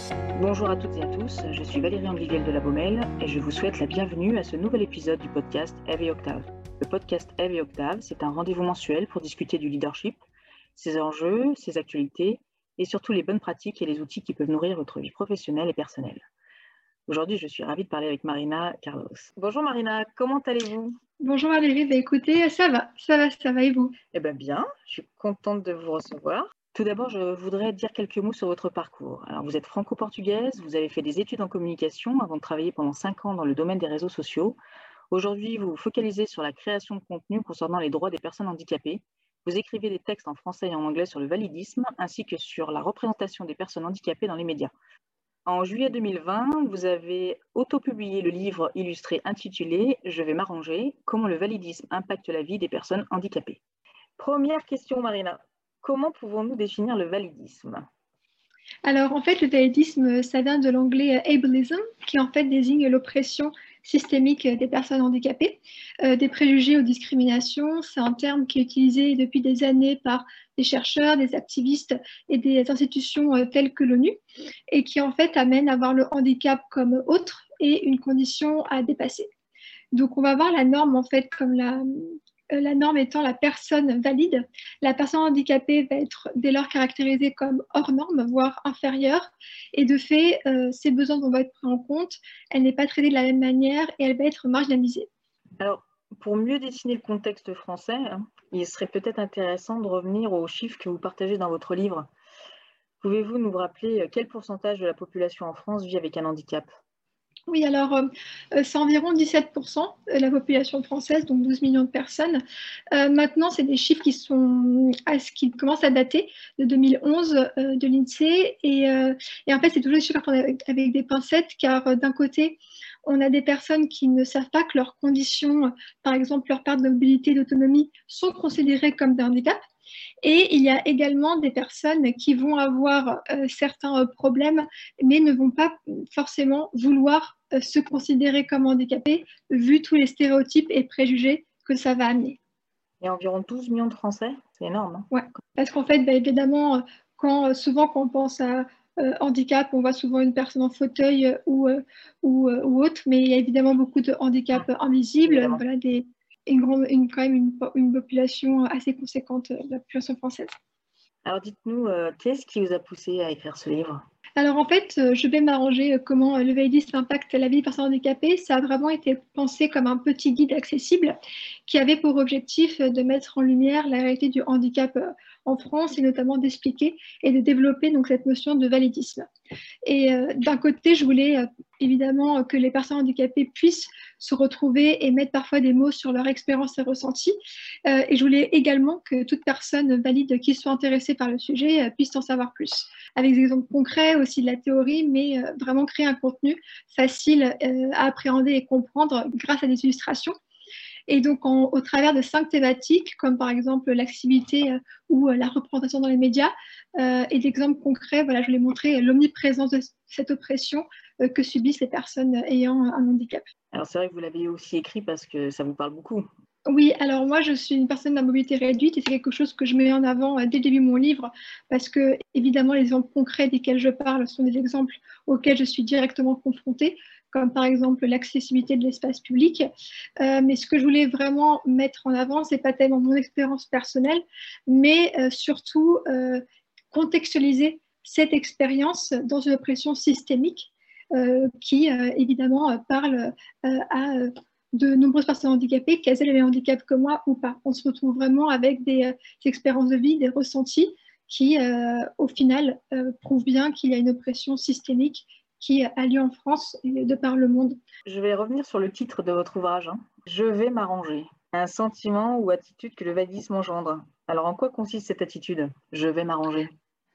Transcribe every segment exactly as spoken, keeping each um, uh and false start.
Bonjour à toutes et à tous, je suis Valérie Angliguel de La Baumelle et je vous souhaite la bienvenue à ce nouvel épisode du podcast Eve et Octave. Le podcast Eve et Octave, c'est un rendez-vous mensuel pour discuter du leadership, ses enjeux, ses actualités et surtout les bonnes pratiques et les outils qui peuvent nourrir votre vie professionnelle et personnelle. Aujourd'hui, je suis ravie de parler avec Marina Carlos. Bonjour Marina, comment allez-vous ? Bonjour Valérie, bah écoutez, ça va, ça va, ça va et vous ? Eh bien bien, je suis contente de vous recevoir. Tout d'abord, je voudrais dire quelques mots sur votre parcours. Alors, vous êtes franco-portugaise, vous avez fait des études en communication avant de travailler pendant cinq ans dans le domaine des réseaux sociaux. Aujourd'hui, vous vous focalisez sur la création de contenu concernant les droits des personnes handicapées. Vous écrivez des textes en français et en anglais sur le validisme, ainsi que sur la représentation des personnes handicapées dans les médias. En juillet deux mille vingt, vous avez autopublié le livre illustré intitulé « Je vais m'arranger, comment le validisme impacte la vie des personnes handicapées ». Première question, Marina. Comment pouvons-nous définir le validisme ? Alors en fait, le validisme, ça vient de l'anglais ableism, qui en fait désigne l'oppression systémique des personnes handicapées, euh, des préjugés ou discriminations. C'est un terme qui est utilisé depuis des années par des chercheurs, des activistes et des institutions euh, telles que l'ONU, et qui en fait amène à voir le handicap comme autre et une condition à dépasser. Donc on va voir la norme en fait comme la la norme étant la personne valide. La personne handicapée va être dès lors caractérisée comme hors norme, voire inférieure. Et de fait, euh, ses besoins vont être pris en compte. Elle n'est pas traitée de la même manière et elle va être marginalisée. Alors, pour mieux dessiner le contexte français, hein, il serait peut-être intéressant de revenir aux chiffres que vous partagez dans votre livre. Pouvez-vous nous rappeler quel pourcentage de la population en France vit avec un handicap ? Oui, alors euh, c'est environ dix-sept pour cent de la population française, donc douze millions de personnes. Euh, maintenant, c'est des chiffres qui, sont, qui commencent à dater de deux mille onze euh, de l'INSEE. Et, euh, et en fait, c'est toujours des chiffres à prendre avec, avec des pincettes, car euh, d'un côté, on a des personnes qui ne savent pas que leurs conditions, par exemple leur perte de mobilité, d'autonomie, sont considérées comme des handicaps. Et il y a également des personnes qui vont avoir euh, certains euh, problèmes, mais ne vont pas forcément vouloir euh, se considérer comme handicapés, vu tous les stéréotypes et préjugés que ça va amener. Il y a environ douze millions de Français, c'est énorme. Hein ? Ouais, parce qu'en fait, bah, évidemment, quand, souvent quand on pense à euh, handicap, on voit souvent une personne en fauteuil ou, euh, ou, euh, ou autre, mais il y a évidemment beaucoup de handicaps invisibles, voilà, des, une, grande, une, quand même une, une population assez conséquente de la population française. Alors dites-nous, euh, qu'est-ce qui vous a poussé à écrire ce livre ? Alors en fait, je vais m'arranger comment le validisme impacte la vie des personnes handicapées. Ça a vraiment été pensé comme un petit guide accessible qui avait pour objectif de mettre en lumière la réalité du handicap en France et notamment d'expliquer et de développer donc cette notion de validisme. Et euh, d'un côté, je voulais euh, évidemment que les personnes handicapées puissent se retrouver et mettre parfois des mots sur leur expérience et ressenti. Euh, et je voulais également que toute personne valide qui soit intéressée par le sujet euh, puisse en savoir plus, avec des exemples concrets aussi de la théorie, mais euh, vraiment créer un contenu facile euh, à appréhender et comprendre grâce à des illustrations. Et donc, en, au travers de cinq thématiques, comme par exemple l'accessibilité euh, ou euh, la représentation dans les médias, euh, et d'exemples concrets, voilà, je voulais montrer l'omniprésence de cette oppression euh, que subissent les personnes ayant un handicap. Alors c'est vrai que vous l'avez aussi écrit parce que ça vous parle beaucoup. Oui, alors moi je suis une personne à mobilité réduite et c'est quelque chose que je mets en avant dès le début de mon livre parce que évidemment les exemples concrets desquels je parle sont des exemples auxquels je suis directement confrontée, comme par exemple l'accessibilité de l'espace public. Euh, mais ce que je voulais vraiment mettre en avant, c'est pas tellement mon expérience personnelle, mais euh, surtout euh, contextualiser cette expérience dans une oppression systémique euh, qui euh, évidemment parle euh, à euh, de nombreuses personnes handicapées, qu'elles aient les mêmes handicaps que moi ou pas. On se retrouve vraiment avec des, euh, des expériences de vie, des ressentis qui, euh, au final, euh, prouvent bien qu'il y a une oppression systémique qui a lieu en France et de par le monde. Je vais revenir sur le titre de votre ouvrage. Hein. Je vais m'arranger. Un sentiment ou attitude que le validisme engendre. Alors en quoi consiste cette attitude ? Je vais m'arranger.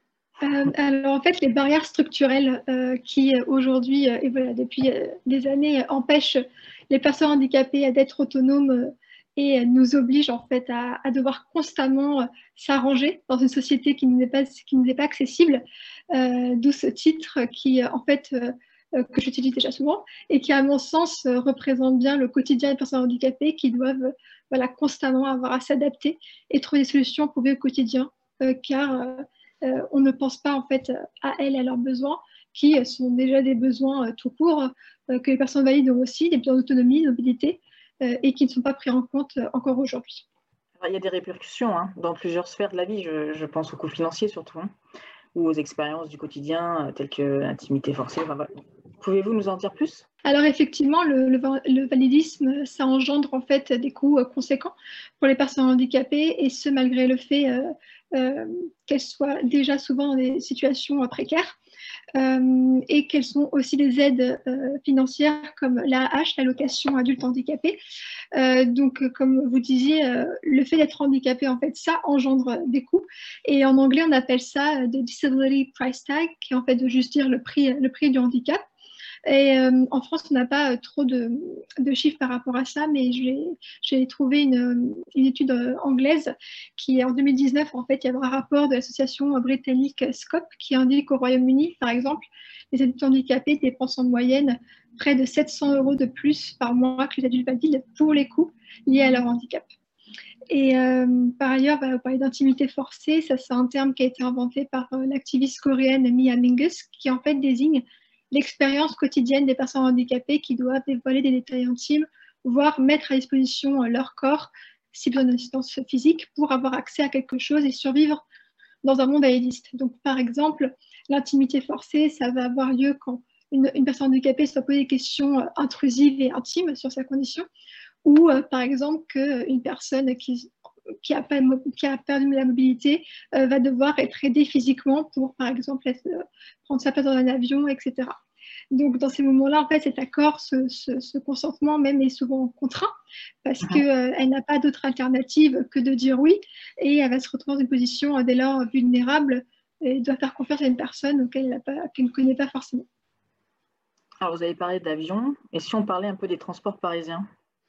Euh, alors en fait, les barrières structurelles euh, qui aujourd'hui euh, et voilà, depuis euh, des années euh, empêchent les personnes handicapées d'être autonomes euh, et nous obligent en fait à, à devoir constamment euh, s'arranger dans une société qui n'est pas, qui n'est pas accessible. Euh, D'où ce titre qui en fait euh, que j'utilise déjà souvent et qui à mon sens euh, représente bien le quotidien des personnes handicapées qui doivent voilà, constamment avoir à s'adapter et trouver des solutions pour vivre au quotidien euh, car euh, Euh, on ne pense pas en fait à elles et à leurs besoins, qui sont déjà des besoins tout court, que les personnes valides ont aussi, des besoins d'autonomie, de mobilité, et qui ne sont pas pris en compte encore aujourd'hui. Il y a des répercussions hein, dans plusieurs sphères de la vie, je, je pense aux coûts financiers surtout, hein, ou aux expériences du quotidien, telles que l'intimité forcée. Enfin, voilà. Pouvez-vous nous en dire plus? Alors effectivement, le, le, le validisme, ça engendre en fait des coûts conséquents pour les personnes handicapées, et ce malgré le fait euh, euh, qu'elles soient déjà souvent dans des situations précaires. Euh, et quelles sont aussi des aides euh, financières comme l'A A H, l'allocation adulte handicapé. Euh, donc, comme vous disiez, euh, le fait d'être handicapé, en fait, ça engendre des coûts. Et en anglais, on appelle ça the disability price tag, qui est en fait de juste dire le prix, le prix du handicap. Et euh, en France, on n'a pas trop de, de chiffres par rapport à ça, mais j'ai trouvé une, une étude anglaise qui, en deux mille dix-neuf, en fait, il y avait un rapport de l'association britannique SCOP qui indique qu'au Royaume-Uni, par exemple, les adultes handicapés dépensent en moyenne près de sept cents euros de plus par mois que les adultes valides pour les coûts liés à leur handicap. Et euh, par ailleurs, bah, vous parlez d'intimité forcée, ça c'est un terme qui a été inventé par euh, l'activiste coréenne Mia Mingus, qui en fait désigne l'expérience quotidienne des personnes handicapées qui doivent dévoiler des détails intimes, voire mettre à disposition leur corps, si besoin d'assistance physique, pour avoir accès à quelque chose et survivre dans un monde validiste. Donc, par exemple, l'intimité forcée, ça va avoir lieu quand une, une personne handicapée se pose des questions intrusives et intimes sur sa condition, ou euh, par exemple qu'une personne qui Qui a, pas, qui a perdu la mobilité euh, va devoir être aidée physiquement pour, par exemple, être, euh, prendre sa place dans un avion, et cetera. Donc, dans ces moments-là, en fait, cet accord, ce, ce, ce consentement même est souvent contraint parce Mhm. qu'elle euh, n'a pas d'autre alternative que de dire oui, et elle va se retrouver dans une position euh, dès lors vulnérable et doit faire confiance à une personne qu'elle qu'elle ne connaît pas forcément. Alors, vous avez parlé d'avion, et si on parlait un peu des transports parisiens?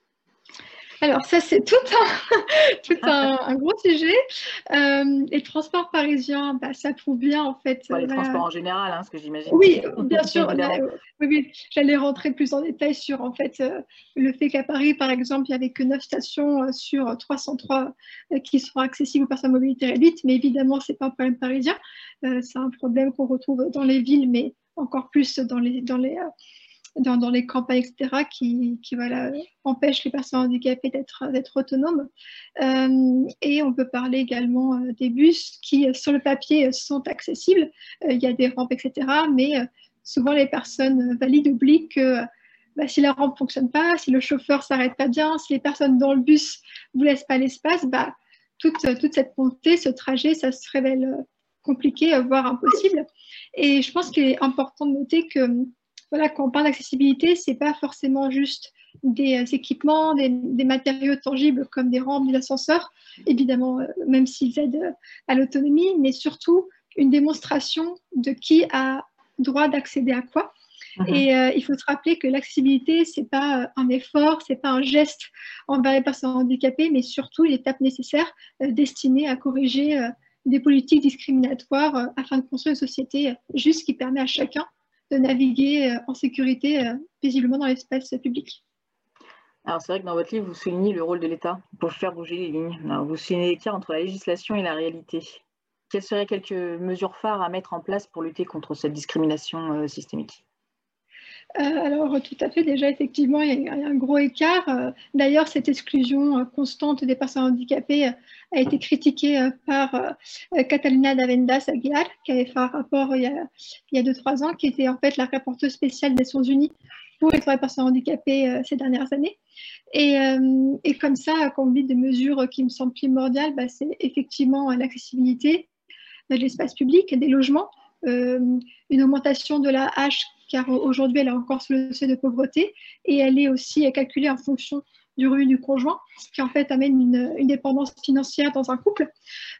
Alors ça, c'est tout un, tout un, un gros sujet. Euh, les transports parisiens, bah, ça prouve bien en fait. Enfin, Euh, les voilà. transports en général, hein, ce que j'imagine. Oui, bien sûr. Évidemment. Euh, oui, oui. J'allais rentrer plus en détail sur en fait euh, le fait qu'à Paris, par exemple, il n'y avait que neuf stations euh, sur trois cent trois euh, qui seront accessibles aux personnes à mobilité réduite. Mais évidemment, c'est pas un problème parisien. Euh, c'est un problème qu'on retrouve dans les villes, mais encore plus dans les dans les euh, Dans, dans, les campagnes, et cetera, qui, qui voilà, empêchent les personnes handicapées d'être autonomes. Euh, et on peut parler également euh, des bus qui, euh, sur le papier, sont accessibles. Euh, il y a des rampes, et cetera. Mais euh, souvent, les personnes valides oublient que bah, si la rampe ne fonctionne pas, si le chauffeur ne s'arrête pas bien, si les personnes dans le bus ne vous laissent pas l'espace, bah, toute, toute cette montée, ce trajet, ça se révèle compliqué, voire impossible. Et je pense qu'il est important de noter que voilà, quand on parle d'accessibilité, ce n'est pas forcément juste des équipements, des, des, matériaux tangibles comme des rampes, des ascenseurs, évidemment, euh, même s'ils aident à l'autonomie, mais surtout une démonstration de qui a droit d'accéder à quoi. Mm-hmm. Et euh, il faut se rappeler que l'accessibilité, ce n'est pas un effort, ce n'est pas un geste envers les personnes handicapées, mais surtout une étape nécessaire euh, destinée à corriger euh, des politiques discriminatoires euh, afin de construire une société juste qui permet à chacun de naviguer en sécurité paisiblement dans l'espace public. Alors c'est vrai que dans votre livre, vous soulignez le rôle de l'État pour faire bouger les lignes. Alors, vous soulignez l'écart entre la législation et la réalité. Quelles seraient quelques mesures phares à mettre en place pour lutter contre cette discrimination euh, systémique? Euh, alors tout à fait, déjà effectivement il y a, il y a un gros écart. Euh, D'ailleurs cette exclusion euh, constante des personnes handicapées euh, a été critiquée euh, par euh, Catalina Davendas Aguilar, qui avait fait un rapport il y a, il y a deux trois ans, qui était en fait la rapporteuse spéciale des Nations Unies pour les droits des personnes handicapées euh, ces dernières années. Et, euh, et comme ça, quand on dit des mesures qui me semblent primordiales, bah, c'est effectivement l'accessibilité de l'espace public, des logements, euh, une augmentation de la H, car aujourd'hui elle est encore sous le seuil de pauvreté, et elle est aussi calculée en fonction du revenu du conjoint, ce qui en fait amène une, une dépendance financière dans un couple.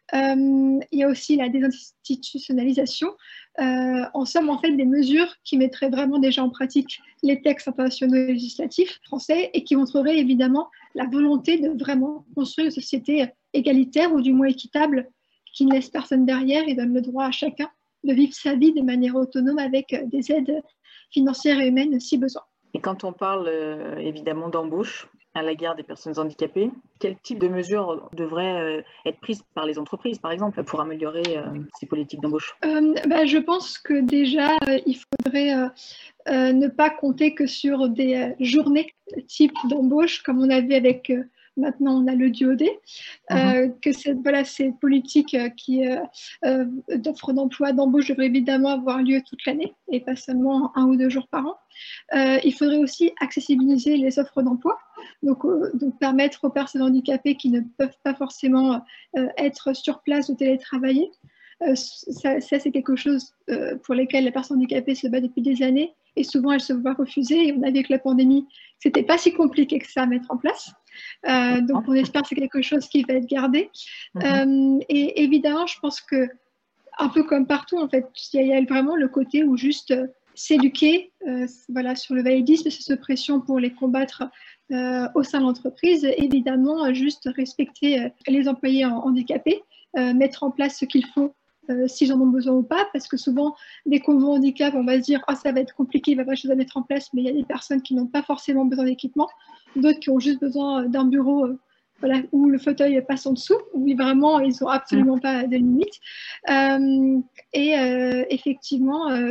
Euh, il y a aussi la désinstitutionnalisation. Euh, en somme, en fait, des mesures qui mettraient vraiment déjà en pratique les textes internationaux et législatifs français et qui montreraient évidemment la volonté de vraiment construire une société égalitaire ou du moins équitable qui ne laisse personne derrière et donne le droit à chacun de vivre sa vie de manière autonome avec des aides financières et humaines si besoin. Et quand on parle euh, évidemment d'embauche, à l'égard des personnes handicapées. Quel type de mesures devraient être prises par les entreprises, par exemple, pour améliorer ces politiques d'embauche? euh, bah, Je pense que déjà, euh, il faudrait euh, euh, ne pas compter que sur des euh, journées type d'embauche, comme on avait avec... Euh, Maintenant, on a le D O D, euh, mmh. que cette, voilà, ces politiques euh, qui, euh, euh, d'offres d'emploi, d'embauche devraient évidemment avoir lieu toute l'année et pas seulement un ou deux jours par an. Euh, il faudrait aussi accessibiliser les offres d'emploi, donc, euh, donc permettre aux personnes handicapées qui ne peuvent pas forcément euh, être sur place ou télétravailler. Euh, ça, ça c'est quelque chose euh, pour lesquels la personne handicapée se bat depuis des années et souvent elle se voit refuser. Et on a vu avec la pandémie, c'était pas si compliqué que ça à mettre en place. Euh, donc on espère que c'est quelque chose qui va être gardé. Mm-hmm. euh, et évidemment, je pense que un peu comme partout, en fait, il y a vraiment le côté où juste euh, s'éduquer, euh, voilà, sur le validisme, sur cette pression pour les combattre euh, au sein de l'entreprise. Évidemment, juste respecter euh, les employés handicapés, euh, mettre en place ce qu'il faut euh, s'ils en ont besoin ou pas, parce que souvent, dès qu'on voit handicap, on va se dire « Ah, oh, ça va être compliqué, il va y avoir des choses à mettre en place », mais il y a des personnes qui n'ont pas forcément besoin d'équipement, d'autres qui ont juste besoin d'un bureau euh, voilà, où le fauteuil passe en dessous, où vraiment, ils n'ont absolument pas de limites. Euh, et euh, effectivement, euh,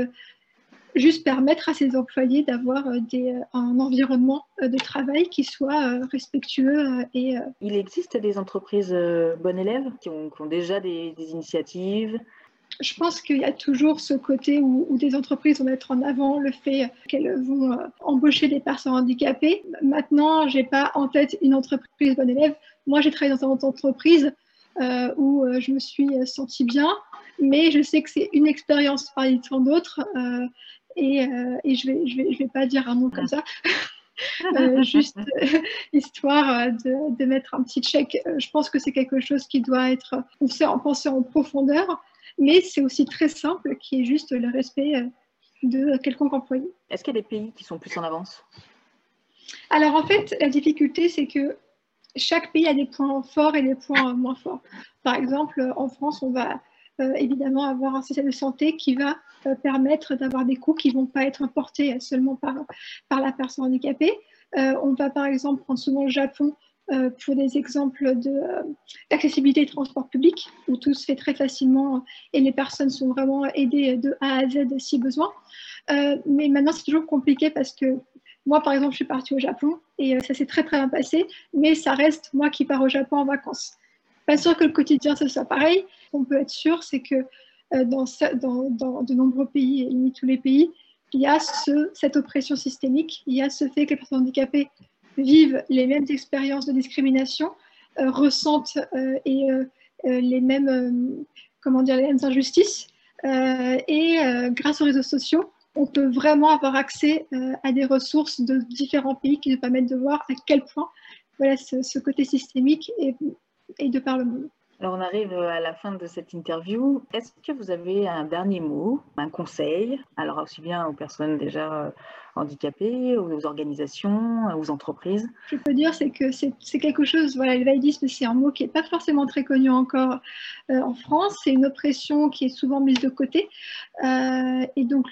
juste permettre à ces employés d'avoir euh, un environnement euh, de travail qui soit euh, respectueux. Euh, et, euh... Il existe des entreprises euh, bonnes élèves qui ont, qui ont déjà des, des initiatives? Je pense qu'il y a toujours ce côté où, où des entreprises vont mettre en avant le fait qu'elles vont euh, embaucher des personnes handicapées. Maintenant, je n'ai pas en tête une entreprise bonne élève. Moi, j'ai travaillé dans une entreprise euh, où euh, je me suis sentie bien, mais je sais que c'est une expérience parmi tant d'autres. Euh, et, euh, et je ne vais, je vais, je vais pas dire un mot comme ça. Euh, juste euh, histoire de, de mettre un petit check. Je pense que c'est quelque chose qui doit être pensé en profondeur, mais c'est aussi très simple, qui est juste le respect de quelconque employé. Est-ce qu'il y a des pays qui sont plus en avance? Alors en fait, la difficulté, c'est que chaque pays a des points forts et des points moins forts. Par exemple, en France, on va euh, évidemment avoir un système de santé qui va euh, permettre d'avoir des coûts qui ne vont pas être portés seulement par, par la personne handicapée. Euh, on va par exemple prendre souvent le Japon euh, pour des exemples d'accessibilité de, euh, de transport public, où tout se fait très facilement et les personnes sont vraiment aidées de A à Z si besoin. Euh, mais maintenant, c'est toujours compliqué parce que moi, par exemple, je suis partie au Japon et euh, ça s'est très, très bien passé, mais ça reste moi qui pars au Japon en vacances. Pas sûr que le quotidien, ce soit pareil. Ce qu'on peut être sûr, c'est que euh, dans, dans, dans de nombreux pays, et limite tous les pays, il y a ce, cette oppression systémique, il y a ce fait que les personnes handicapées vivent les mêmes expériences de discrimination, euh, ressentent euh, et, euh, les, mêmes, euh, comment dire, les mêmes injustices. Euh, et euh, grâce aux réseaux sociaux, on peut vraiment avoir accès euh, à des ressources de différents pays qui nous permettent de voir à quel point voilà, ce, ce côté systémique est, est de par le monde. Alors, on arrive à la fin de cette interview. Est-ce que vous avez un dernier mot, un conseil, alors aussi bien aux personnes déjà handicapées, aux organisations, aux entreprises? Je peux dire, c'est que c'est quelque chose, voilà, le validisme, c'est un mot qui n'est pas forcément très connu encore euh, en France. C'est une oppression qui est souvent mise de côté. Euh, et donc,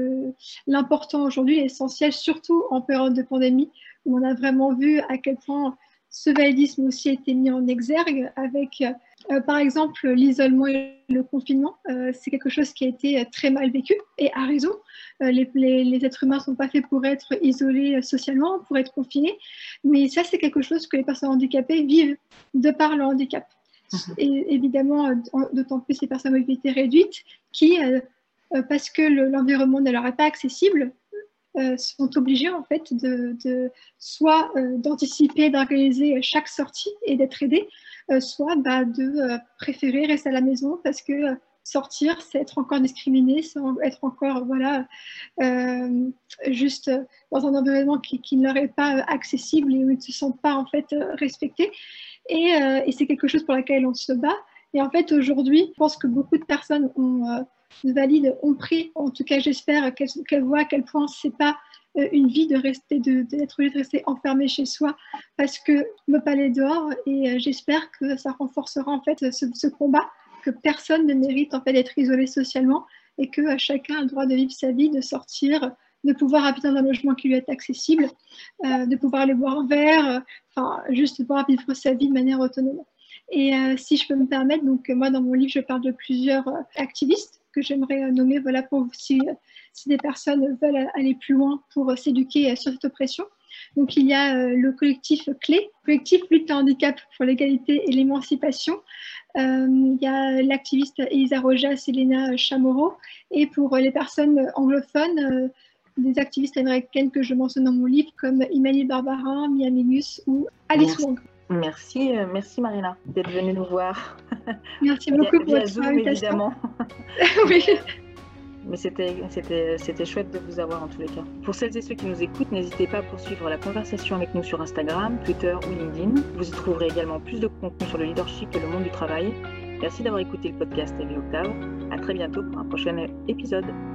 l'important aujourd'hui, l'essentiel, surtout en période de pandémie, où on a vraiment vu à quel point ce validisme aussi a été mis en exergue avec, euh, par exemple, l'isolement et le confinement. Euh, c'est quelque chose qui a été très mal vécu et à raison. Euh, les, les, les êtres humains ne sont pas faits pour être isolés socialement, pour être confinés. Mais ça, c'est quelque chose que les personnes handicapées vivent de par le handicap. Mmh. Et évidemment, d'autant plus les personnes à mobilité réduite qui, euh, parce que l'environnement ne leur est pas accessible, Euh, sont obligés en fait de, de soit euh, d'anticiper, d'organiser chaque sortie et d'être aidés, euh, soit bah, de euh, préférer rester à la maison parce que euh, sortir, c'est être encore discriminé, c'est être encore voilà euh, juste dans un environnement qui, qui ne leur est pas accessible et où ils ne se sentent pas en fait respectés. Et, euh, et c'est quelque chose pour laquelle on se bat. Et en fait, aujourd'hui, je pense que beaucoup de personnes ont euh, valides ont pris, en tout cas j'espère qu'elles qu'elles voient à quel point c'est pas euh, une vie de rester, de, d'être obligé de rester enfermé chez soi parce que ne pas aller dehors et euh, j'espère que ça renforcera en fait ce, ce combat que personne ne mérite en fait d'être isolé socialement et que euh, chacun a le droit de vivre sa vie, de sortir, de pouvoir habiter dans un logement qui lui est accessible, euh, de pouvoir aller boire un verre, euh, enfin, juste de pouvoir vivre sa vie de manière autonome. Et euh, si je peux me permettre, donc moi dans mon livre, je parle de plusieurs euh, activistes que j'aimerais euh, nommer, voilà, pour si, euh, si des personnes veulent aller plus loin pour euh, s'éduquer euh, sur cette oppression. Donc il y a euh, le collectif CLÉ, collectif Lutte à handicap pour l'égalité et l'émancipation. Euh, il y a l'activiste Elisa Rojas, Elena Chamorro, et pour les personnes anglophones, euh, des activistes américaines que je mentionne dans mon livre comme Imani Barbara, Mia Minus ou Alice Wong. Merci, euh, merci Marina d'être venue nous voir. Merci beaucoup via, pour via votre Zoom, invitation. Évidemment. Oui. Mais c'était, c'était, c'était chouette de vous avoir en tous les cas. Pour celles et ceux qui nous écoutent, n'hésitez pas à poursuivre la conversation avec nous sur Instagram, Twitter ou LinkedIn. Vous y trouverez également plus de contenu sur le leadership et le monde du travail. Merci d'avoir écouté le podcast Vie Octave. À très bientôt pour un prochain épisode.